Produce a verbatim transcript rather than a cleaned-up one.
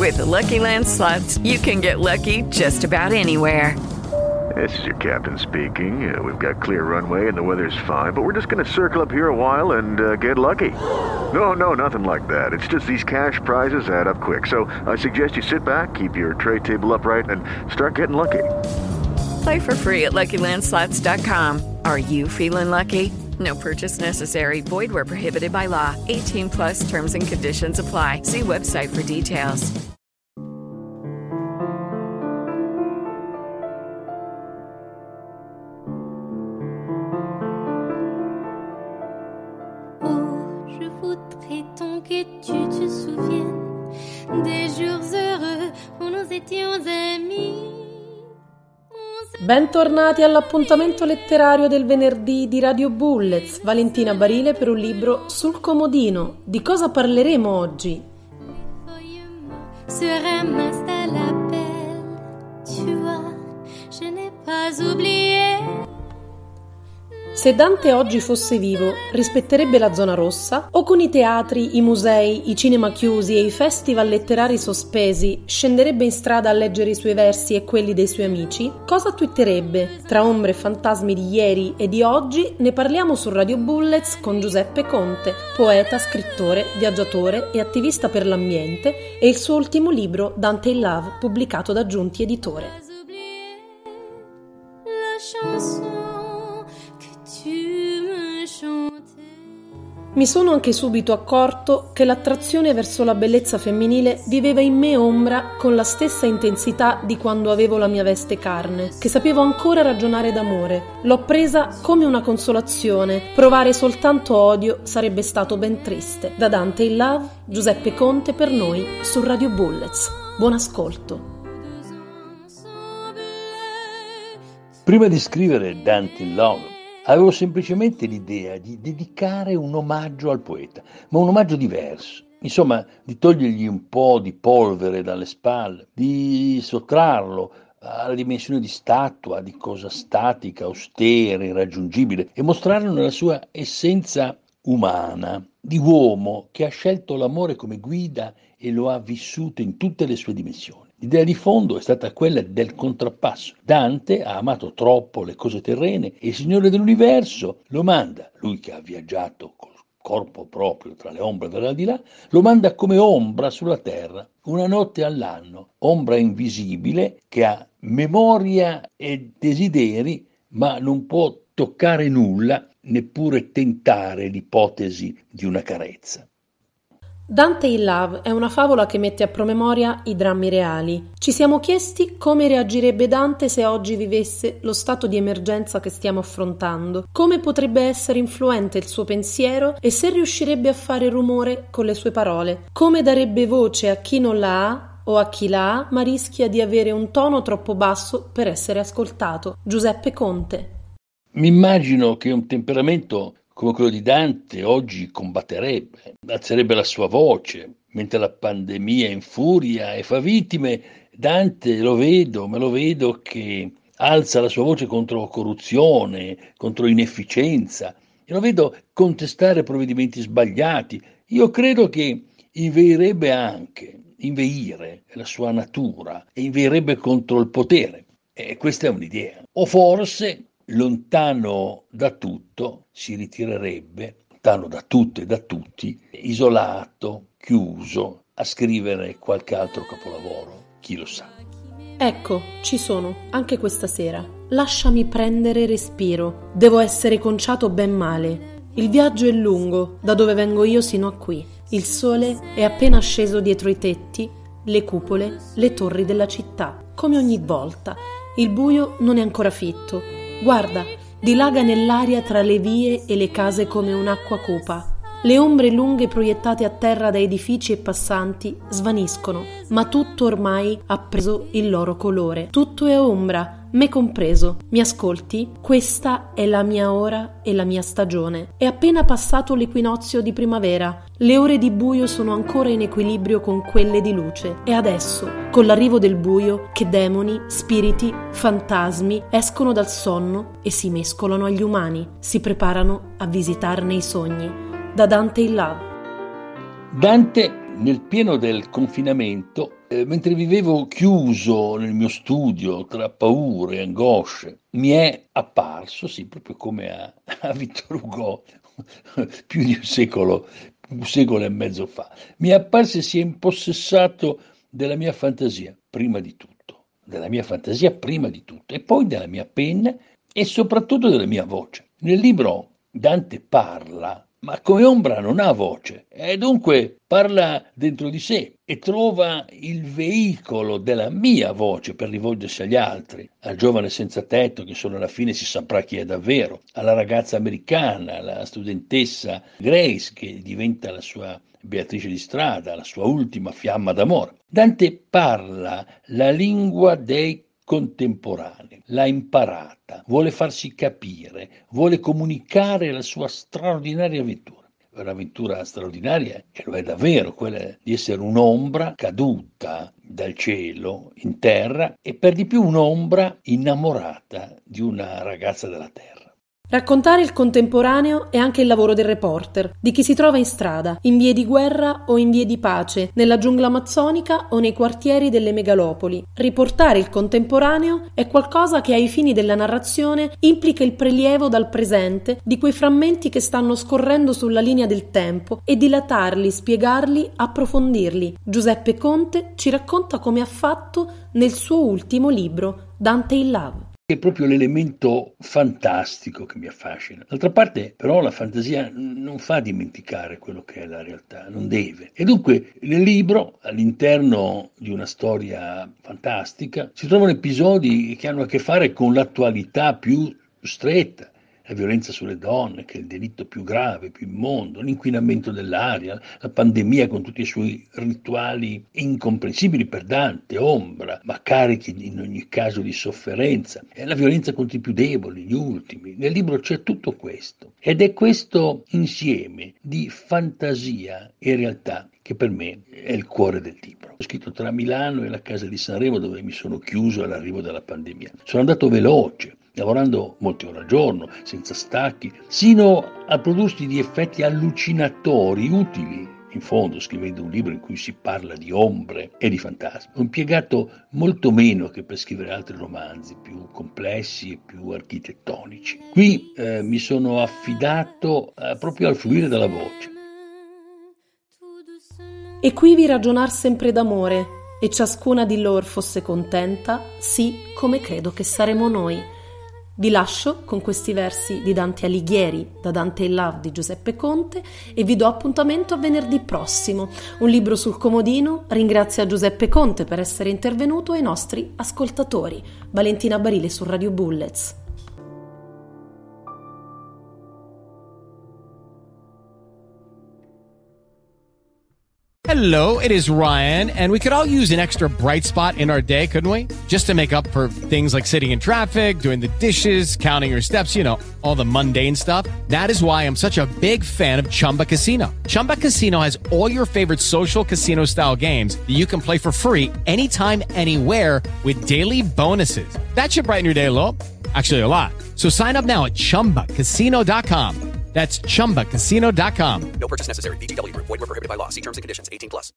With the Lucky Land Slots, you can get lucky just about anywhere. This is your captain speaking. Uh, we've got clear runway and the weather's fine, but we're just going to circle up here a while and uh, get lucky. No, no, nothing like that. It's just these cash prizes add up quick. So I suggest you sit back, keep your tray table upright, and start getting lucky. Play for free at Lucky Land Slots dot com. Are you feeling lucky? No purchase necessary. Void where prohibited by law. eighteen plus terms and conditions apply. See website for details. Oh, je voudrais tant que tu te souviennes des jours heureux où nous étions amis. Bentornati all'appuntamento letterario del venerdì di Radio Bullets. Valentina Barile per un libro sul comodino. Di cosa parleremo oggi? Se ramasse à l'appel, tu vois, je n'ai pas oublié. Se Dante oggi fosse vivo, rispetterebbe la zona rossa? O con i teatri, i musei, i cinema chiusi e i festival letterari sospesi, scenderebbe in strada a leggere i suoi versi e quelli dei suoi amici? Cosa twitterebbe? Tra ombre e fantasmi di ieri e di oggi ne parliamo su Radio Bullets con Giuseppe Conte, poeta, scrittore, viaggiatore e attivista per l'ambiente, e il suo ultimo libro Dante in Love, pubblicato da Giunti Editore. La chanson. Mi sono anche subito accorto che l'attrazione verso la bellezza femminile viveva in me ombra con la stessa intensità di quando avevo la mia veste carne, che sapevo ancora ragionare d'amore. L'ho presa come una consolazione, provare soltanto odio sarebbe stato ben triste. Da Dante in Love, Giuseppe Conte per noi su Radio Bullets. Buon ascolto. Prima di scrivere Dante in Love, avevo semplicemente l'idea di dedicare un omaggio al poeta, ma un omaggio diverso. Insomma, di togliergli un po' di polvere dalle spalle, di sottrarlo alla dimensione di statua, di cosa statica, austera, irraggiungibile, e mostrarlo nella sua essenza umana, di uomo che ha scelto l'amore come guida e lo ha vissuto in tutte le sue dimensioni. L'idea di fondo è stata quella del contrappasso. Dante ha amato troppo le cose terrene e il Signore dell'universo lo manda, lui che ha viaggiato col corpo proprio tra le ombre dell'aldilà, lo manda come ombra sulla terra, una notte all'anno, ombra invisibile che ha memoria e desideri, ma non può toccare nulla, neppure tentare l'ipotesi di una carezza. Dante in Love è una favola che mette a promemoria i drammi reali. Ci siamo chiesti come reagirebbe Dante se oggi vivesse lo stato di emergenza che stiamo affrontando, come potrebbe essere influente il suo pensiero e se riuscirebbe a fare rumore con le sue parole, come darebbe voce a chi non la ha o a chi la ha ma rischia di avere un tono troppo basso per essere ascoltato. Giuseppe Conte. Mi immagino che un temperamento come quello di Dante oggi combatterebbe, alzerebbe la sua voce, mentre la pandemia infuria e fa vittime. Dante lo vedo, me lo vedo che alza la sua voce contro corruzione, contro inefficienza, e lo vedo contestare provvedimenti sbagliati. Io credo che inveirebbe anche, inveire è la sua natura, e inveirebbe contro il potere. E questa è un'idea. O forse, lontano da tutto, si ritirerebbe, lontano da tutto e da tutti, isolato, chiuso, a scrivere qualche altro capolavoro, chi lo sa. Ecco, ci sono, anche questa sera. Lasciami prendere respiro, devo essere conciato ben male. Il viaggio è lungo, da dove vengo io sino a qui. Il sole è appena sceso dietro i tetti, le cupole, le torri della città. Come ogni volta, il buio non è ancora fitto. Guarda, dilaga nell'aria tra le vie e le case come un'acqua cupa. Le ombre lunghe proiettate a terra da edifici e passanti svaniscono, ma tutto ormai ha preso il loro colore. Tutto è ombra, me compreso. Mi ascolti? Questa è la mia ora e la mia stagione. È appena passato l'equinozio di primavera. Le ore di buio sono ancora in equilibrio con quelle di luce. E adesso, con l'arrivo del buio, che demoni, spiriti, fantasmi escono dal sonno e si mescolano agli umani, si preparano a visitarne i sogni. Da Dante in Love. Dante, nel pieno del confinamento, eh, mentre vivevo chiuso nel mio studio tra paure e angosce, mi è apparso, sì, proprio come a, a Victor Hugo, più di un secolo, un secolo e mezzo fa, mi è apparso e si è impossessato della mia fantasia, prima di tutto, della mia fantasia prima di tutto, e poi della mia penna e soprattutto della mia voce. Nel libro Dante parla, ma come ombra non ha voce, e dunque parla dentro di sé e trova il veicolo della mia voce per rivolgersi agli altri, al giovane senza tetto che solo alla fine si saprà chi è davvero, alla ragazza americana, alla studentessa Grace che diventa la sua Beatrice di strada, la sua ultima fiamma d'amore. Dante parla la lingua dei contemporanei, l'ha imparata, vuole farsi capire, vuole comunicare la sua straordinaria avventura. Un'avventura straordinaria, e lo è davvero, quella di essere un'ombra caduta dal cielo in terra e per di più un'ombra innamorata di una ragazza della terra. Raccontare il contemporaneo è anche il lavoro del reporter, di chi si trova in strada, in vie di guerra o in vie di pace, nella giungla amazzonica o nei quartieri delle megalopoli. Riportare il contemporaneo è qualcosa che ai fini della narrazione implica il prelievo dal presente di quei frammenti che stanno scorrendo sulla linea del tempo e dilatarli, spiegarli, approfondirli. Giuseppe Conte ci racconta come ha fatto nel suo ultimo libro, Dante in Love. È proprio l'elemento fantastico che mi affascina. D'altra parte, però, la fantasia non fa dimenticare quello che è la realtà, non deve. E dunque, nel libro, all'interno di una storia fantastica, si trovano episodi che hanno a che fare con l'attualità più stretta. La violenza sulle donne, che è il delitto più grave, più immondo, l'inquinamento dell'aria, la pandemia con tutti i suoi rituali incomprensibili per Dante, ombra, ma carichi in ogni caso di sofferenza, e la violenza contro i più deboli, gli ultimi. Nel libro c'è tutto questo, ed è questo insieme di fantasia e realtà che per me è il cuore del libro. Ho scritto tra Milano e la casa di Sanremo, dove mi sono chiuso all'arrivo della pandemia. Sono andato veloce, lavorando molte ore al giorno, senza stacchi, sino a prodursi di effetti allucinatori, utili, in fondo, scrivendo un libro in cui si parla di ombre e di fantasmi. Ho impiegato molto meno che per scrivere altri romanzi più complessi e più architettonici. Qui eh, mi sono affidato eh, proprio al fluire della voce. E qui vi ragionar sempre d'amore, e ciascuna di lor fosse contenta, sì, come credo che saremo noi. Vi lascio con questi versi di Dante Alighieri, da Dante in Love di Giuseppe Conte, e vi do appuntamento a venerdì prossimo. Un libro sul comodino ringrazia Giuseppe Conte per essere intervenuto ai nostri ascoltatori. Valentina Barile su Radio Bullets. Hello, it is Ryan, and we could all use an extra bright spot in our day, couldn't we? Just to make up for things like sitting in traffic, doing the dishes, counting your steps, you know, all the mundane stuff. That is why I'm such a big fan of Chumba Casino. Chumba Casino has all your favorite social casino-style games that you can play for free anytime, anywhere with daily bonuses. That should brighten your day a little. Actually, a lot. So sign up now at chumba casino dot com. That's chumba casino dot com. No purchase necessary. V G W Group. Void where prohibited by law. See terms and conditions. eighteen plus.